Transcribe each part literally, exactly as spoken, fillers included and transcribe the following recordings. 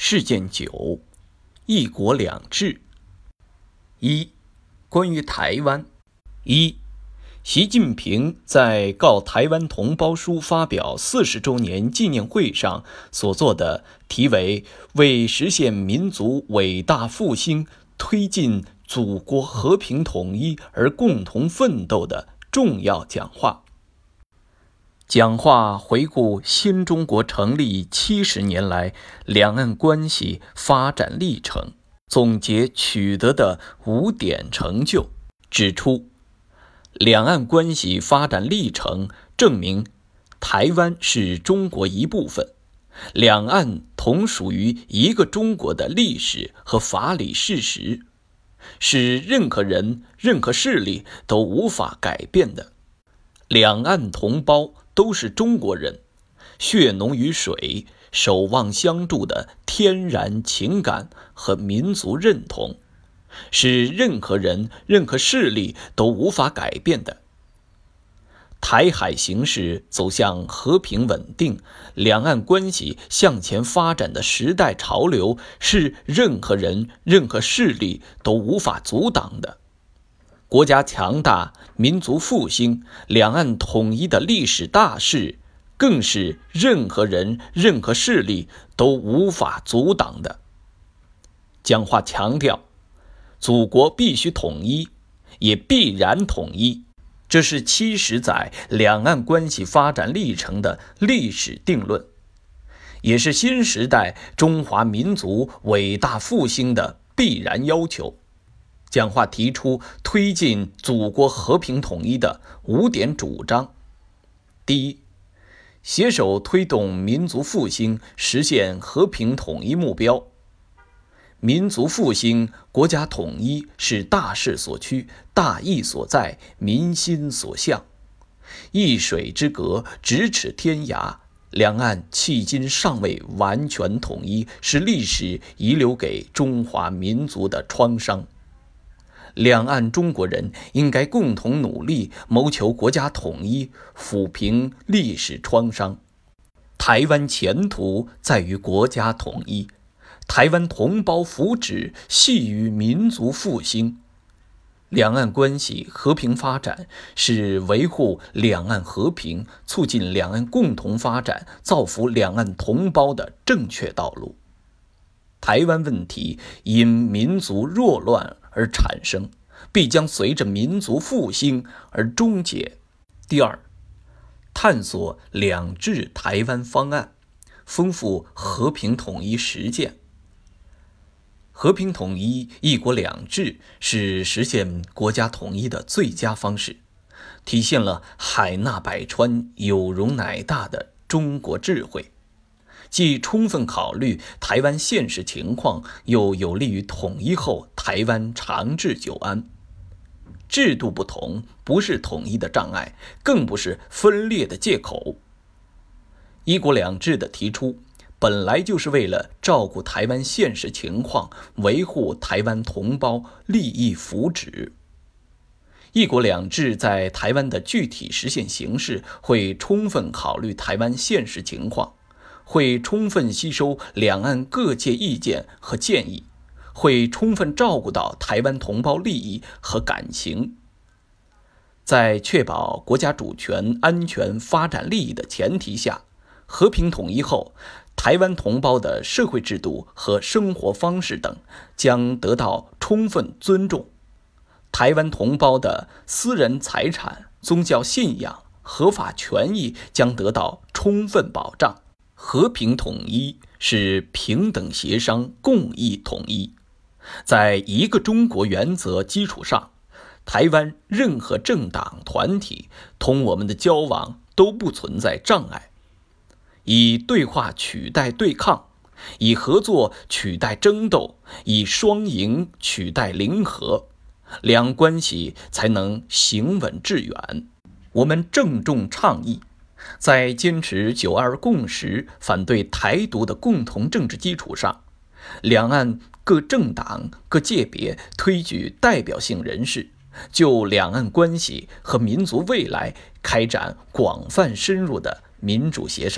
事件九，一国两制。一、关于台湾。一、习近平在告台湾同胞书发表四十周年纪念会上所做的题为“为实现民族伟大复兴、推进祖国和平统一而共同奋斗”的重要讲话。讲话回顾新中国成立七十年来两岸关系发展历程，总结取得的五点成就，指出两岸关系发展历程证明台湾是中国一部分，两岸同属于一个中国的历史和法理事实，是任何人任何势力都无法改变的。两岸同胞都是中国人，血浓于水，守望相助的天然情感和民族认同，是任何人任何势力都无法改变的。台海形势走向和平稳定，两岸关系向前发展的时代潮流，是任何人任何势力都无法阻挡的。国家强大、民族复兴、两岸统一的历史大势，更是任何人任何势力都无法阻挡的。讲话强调，祖国必须统一，也必然统一，这是七十载两岸关系发展历程的历史定论，也是新时代中华民族伟大复兴的必然要求。讲话提出推进祖国和平统一的五点主张。第一，携手推动民族复兴，实现和平统一目标。民族复兴、国家统一是大势所趋、大义所在、民心所向。一水之隔，咫尺天涯，两岸迄今尚未完全统一，是历史遗留给中华民族的创伤。两岸中国人应该共同努力，谋求国家统一，抚平历史创伤。台湾前途在于国家统一，台湾同胞福祉系于民族复兴。两岸关系和平发展是维护两岸和平、促进两岸共同发展、造福两岸同胞的正确道路。台湾问题因民族弱乱而产生，必将随着民族复兴而终结。第二，探索两制台湾方案，丰富和平统一实践。和平统一、一国两制是实现国家统一的最佳方式，体现了海纳百川、有容乃大的中国智慧，既充分考虑台湾现实情况，又有利于统一后台湾长治久安。制度不同，不是统一的障碍，更不是分裂的借口。一国两制的提出，本来就是为了照顾台湾现实情况，维护台湾同胞利益福祉。一国两制在台湾的具体实现形式，会充分考虑台湾现实情况，会充分吸收两岸各界意见和建议，会充分照顾到台湾同胞利益和感情。在确保国家主权、安全、发展利益的前提下，和平统一后，台湾同胞的社会制度和生活方式等将得到充分尊重，台湾同胞的私人财产、宗教信仰、合法权益将得到充分保障。和平统一是平等协商、共议统一，在一个中国原则基础上，台湾任何政党团体同我们的交往都不存在障碍。以对话取代对抗，以合作取代争斗，以双赢取代零和，两关系才能行稳致远。我们郑重倡议，在坚持九二共识、反对台独的共同政治基础上，两岸各政党、各界别推举代表性人士，就两岸关系和民族未来开展广泛深入的民主协商，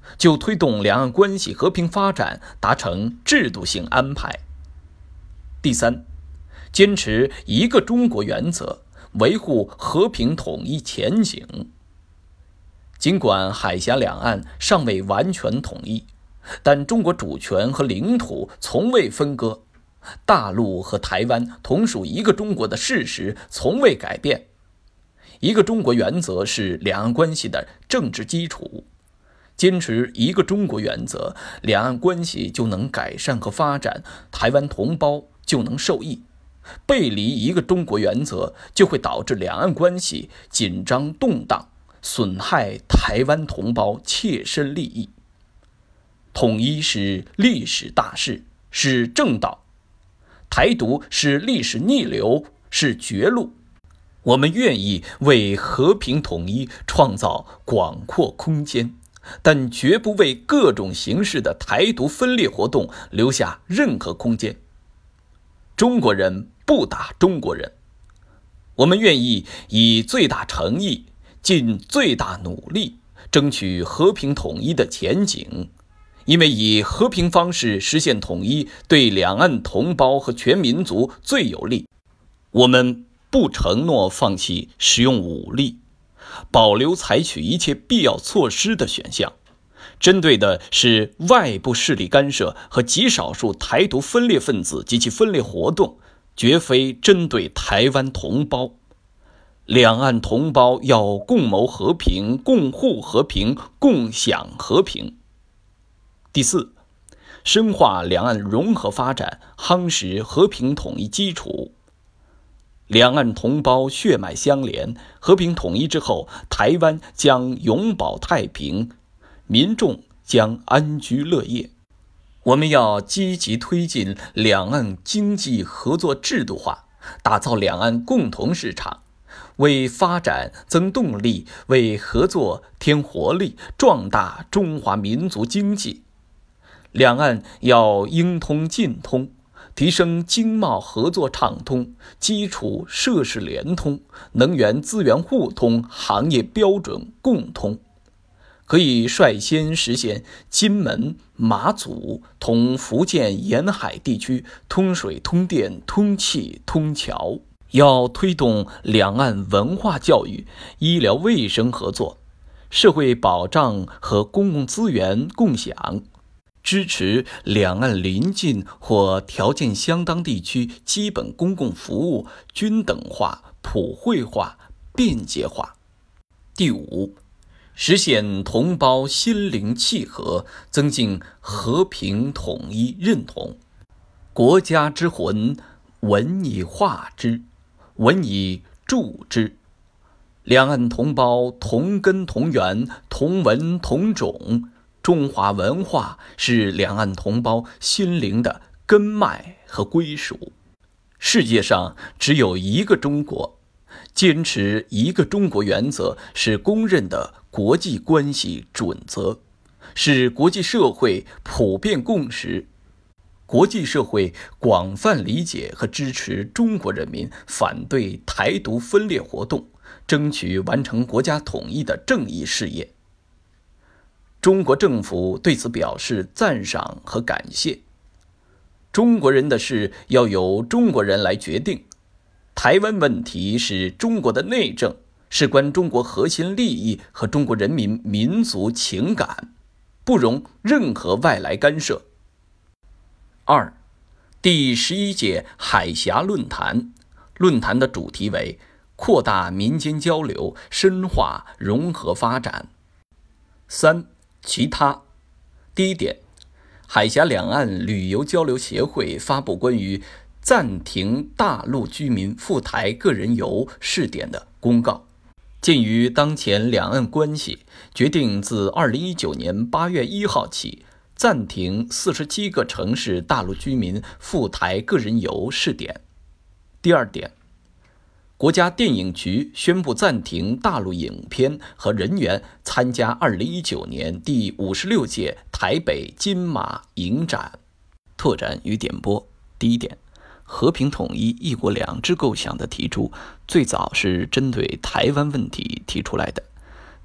就推动两岸关系和平发展达成制度性安排。第三，坚持一个中国原则，维护和平统一前景。尽管海峡两岸尚未完全统一，但中国主权和领土从未分割，大陆和台湾同属一个中国的事实从未改变。一个中国原则是两岸关系的政治基础，坚持一个中国原则，两岸关系就能改善和发展，台湾同胞就能受益。背离一个中国原则，就会导致两岸关系紧张动荡，损害台湾同胞切身利益。统一是历史大势，是正道；台独是历史逆流，是绝路。我们愿意为和平统一创造广阔空间，但绝不为各种形式的台独分裂活动留下任何空间。中国人不打中国人，我们愿意以最大诚意，尽最大努力，争取和平统一的前景。因为以和平方式实现统一，对两岸同胞和全民族最有利。我们不承诺放弃使用武力，保留采取一切必要措施的选项。针对的是外部势力干涉和极少数台独分裂分子及其分裂活动，绝非针对台湾同胞。两岸同胞要共谋和平，共护和平，共享和平。第四，深化两岸融合发展，夯实和平统一基础。两岸同胞血脉相连，和平统一之后，台湾将永保太平，民众将安居乐业。我们要积极推进两岸经济合作制度化，打造两岸共同市场，为发展增动力，为合作添活力，壮大中华民族经济。两岸要应通尽通，提升经贸合作畅通，基础设施联通，能源资源互通，行业标准共通。可以率先实现金门、马祖同福建沿海地区通水、通电、通气、通桥。要推动两岸文化教育、医疗卫生合作，社会保障和公共资源共享，支持两岸邻近或条件相当地区基本公共服务均等化、普惠化、便捷化。第五，实现同胞心灵契合，增进和平统一认同。国家之魂，文以化之，文以铸之。两岸同胞同根同源，同文同种。中华文化是两岸同胞心灵的根脉和归属。世界上只有一个中国，坚持一个中国原则是公认的国际关系准则，是国际社会普遍共识。国际社会广泛理解和支持中国人民反对台独分裂活动，争取完成国家统一的正义事业。中国政府对此表示赞赏和感谢。中国人的事要由中国人来决定，台湾问题是中国的内政，事关中国核心利益和中国人民民族情感，不容任何外来干涉。二，第十一届海峡论坛，论坛的主题为扩大民间交流，深化融合发展。三，其他。第一点，海峡两岸旅游交流协会发布关于暂停大陆居民赴台个人游试点的公告。鉴于当前两岸关系，决定自二零一九年八月一号起暂停四十七个城市大陆居民赴台个人游试点。第二点，国家电影局宣布暂停大陆影片和人员参加二零一九年第五十六届台北金马影展。拓展与点播。第一点，和平统一、一国两制构想的提出，最早是针对台湾问题提出来的。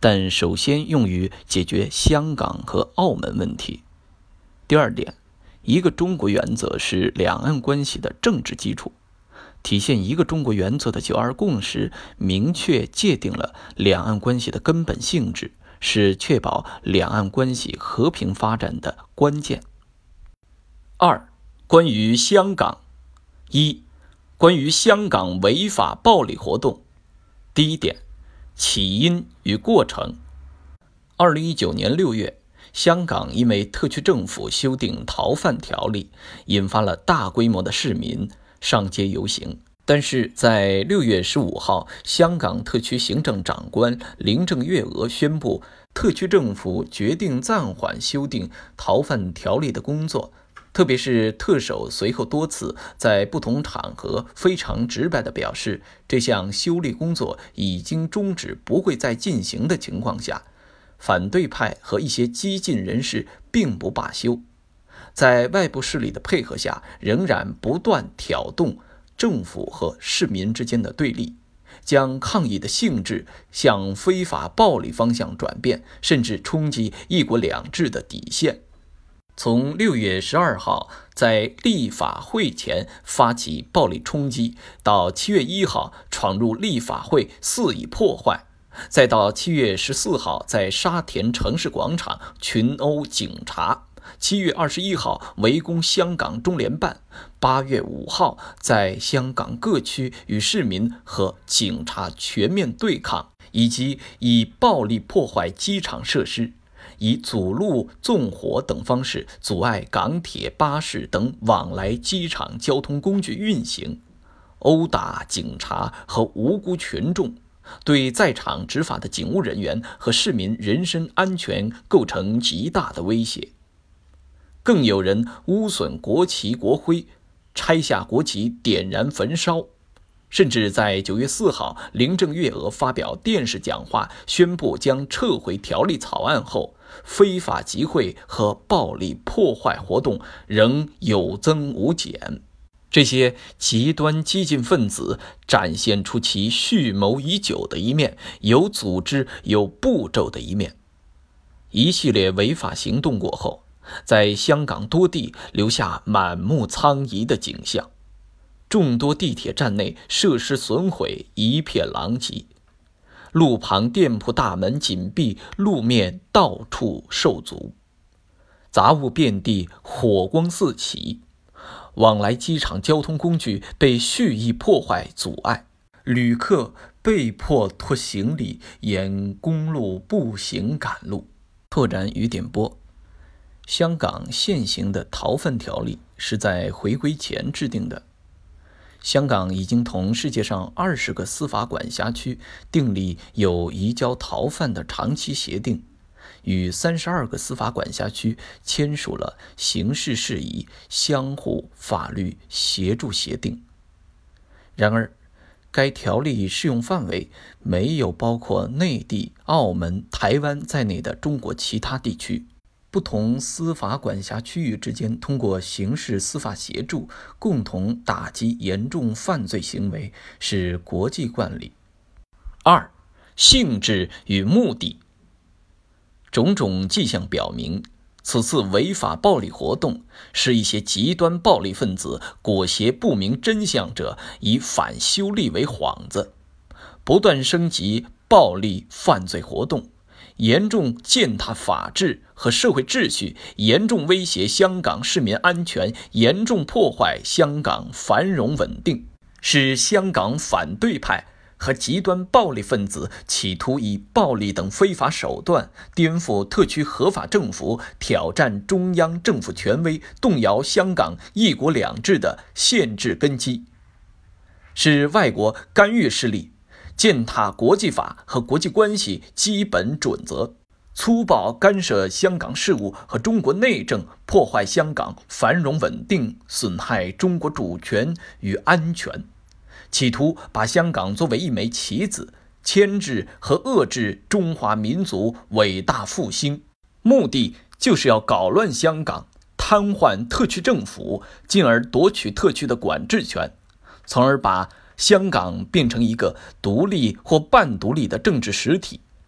但首先用于解决香港和澳门问题。第二点，一个中国原则是两岸关系的政治基础。体现一个中国原则的九二共识明确界定了两岸关系的根本性质，是确保两岸关系和平发展的关键。二、关于香港。一、关于香港违法暴力活动。第一点，起因与过程。二零一九年六月，香港因为特区政府修订逃犯条例，引发了大规模的市民上街游行。但是在六月十五号，香港特区行政长官林郑月娥宣布，特区政府决定暂缓修订逃犯条例的工作。特别是特首随后多次在不同场合非常直白地表示，这项修例工作已经终止，不会再进行的情况下，反对派和一些激进人士并不罢休，在外部势力的配合下，仍然不断挑动政府和市民之间的对立，将抗议的性质向非法暴力方向转变，甚至冲击一国两制的底线。从六月十二号在立法会前发起暴力冲击，到七月一号闯入立法会肆意破坏，再到七月十四号在沙田城市广场群殴警察，七月二十一号围攻香港中联办，八月五号在香港各区与市民和警察全面对抗，以及以暴力破坏机场设施，以阻路、纵火等方式阻碍港铁、巴士等往来机场交通工具运行，殴打警察和无辜群众，对在场执法的警务人员和市民人身安全构成极大的威胁。更有人污损国旗国徽，拆下国旗点燃焚烧，甚至在九月四号林郑月娥发表电视讲话宣布将撤回条例草案后，非法集会和暴力破坏活动仍有增无减。这些极端激进分子展现出其蓄谋已久的一面，有组织有步骤的一面。一系列违法行动过后，在香港多地留下满目苍夷的景象，众多地铁站内设施损毁，一片狼藉，路旁店铺大门紧闭，路面到处受阻，杂物遍地，火光四起，往来机场交通工具被蓄意破坏阻碍，旅客被迫拖行李沿公路步行赶路。拓展与点播。香港现行的逃犯条例是在回归前制定的。香港已经同世界上二十个司法管辖区订立有移交逃犯的长期协定，与三十二个司法管辖区签署了刑事事宜相互法律协助协定。然而，该条例适用范围没有包括内地、澳门、台湾在内的中国其他地区。不同司法管辖区域之间通过刑事司法协助共同打击严重犯罪行为是国际惯例。二、性质与目的。种种迹象表明，此次违法暴力活动是一些极端暴力分子裹挟不明真相者以反修例为幌子，不断升级暴力犯罪活动，严重践踏法治和社会秩序，严重威胁香港市民安全，严重破坏香港繁荣稳定，使香港反对派和极端暴力分子企图以暴力等非法手段颠覆特区合法政府，挑战中央政府权威，动摇香港一国两制的宪制根基，是外国干预势力践踏国际法和国际关系基本准则，粗暴干涉香港事务和中国内政，破坏香港繁荣稳定，损害中国主权与安全，企图把香港作为一枚棋子，牵制和遏制中华民族伟大复兴，目的就是要搞乱香港，瘫痪特区政府，进而夺取特区的管制权，从而把香港变成一个独立或半独立的政治实体。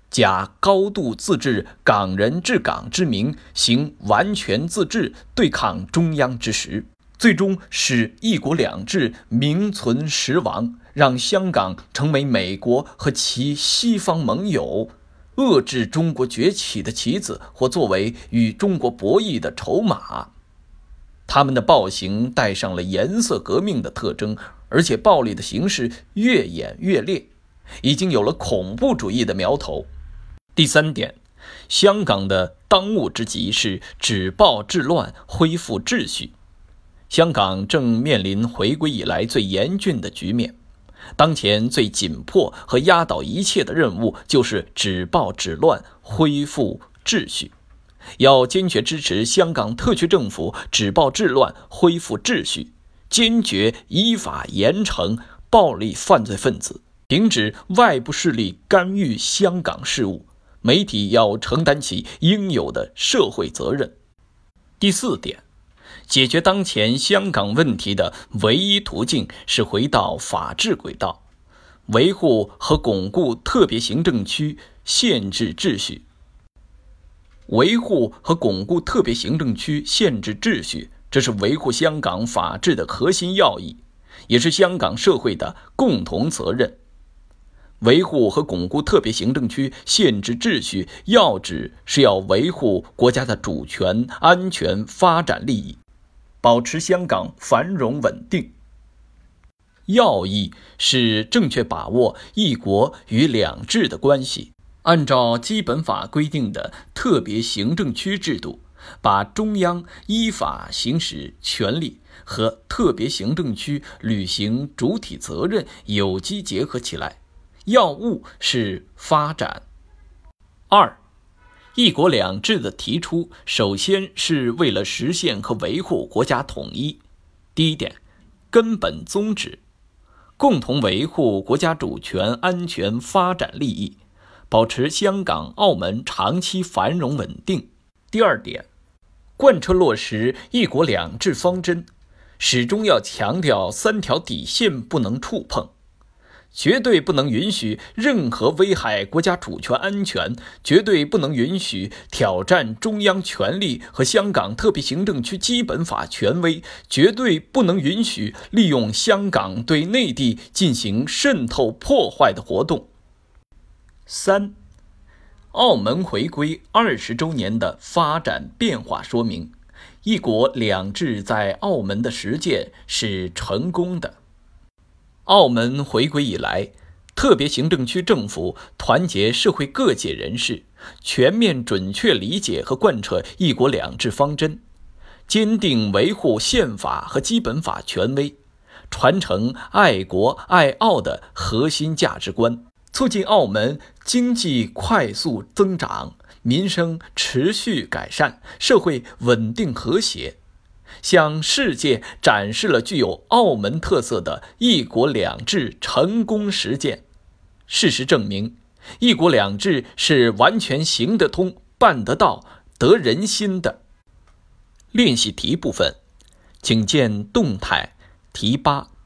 假高度自治港人治港之名，行完全自治，对抗中央之实，最终使一国两制名存实亡，让香港成为美国和其西方盟友遏制中国崛起的棋子，或作为与中国博弈的筹码。他们的暴行带上了颜色革命的特征，而且暴力的形式越演越烈，已经有了恐怖主义的苗头。第三点，香港的当务之急是止暴制乱，恢复秩序。香港正面临回归以来最严峻的局面，当前最紧迫和压倒一切的任务就是止暴制乱，恢复秩序。要坚决支持香港特区政府止暴制乱，恢复秩序，坚决依法严惩暴力犯罪分子，停止外部势力干预香港事务。媒体要承担起应有的社会责任。第四点，解决当前香港问题的唯一途径是回到法治轨道，维护和巩固特别行政区宪制秩序。维护和巩固特别行政区宪制秩序，这是维护香港法治的核心要义，也是香港社会的共同责任。维护和巩固特别行政区宪制秩序，要旨是要维护国家的主权、安全、发展利益，保持香港繁荣稳定。要义是正确把握一国与两制的关系，按照基本法规定的特别行政区制度，把中央依法行使权力和特别行政区履行主体责任有机结合起来。要务是发展。二，一国两制的提出，首先是为了实现和维护国家统一。第一点，根本宗旨，共同维护国家主权、安全、发展利益，保持香港、澳门长期繁荣稳定。第二点，贯彻落实一国两制方针，始终要强调三条底线不能触碰，绝对不能允许任何危害国家主权安全，绝对不能允许挑战中央权力和香港特别行政区基本法权威，绝对不能允许利用香港对内地进行渗透破坏的活动。三，澳门回归二十周年的发展变化说明，一国两制在澳门的实践是成功的。澳门回归以来，特别行政区政府团结社会各界人士，全面准确理解和贯彻一国两制方针，坚定维护宪法和基本法权威，传承爱国爱澳的核心价值观，促进澳门经济快速增长，民生持续改善，社会稳定和谐，向世界展示了具有澳门特色的一国两制成功实践。事实证明，一国两制是完全行得通、办得到、得人心的。练习题部分，请见动态题八。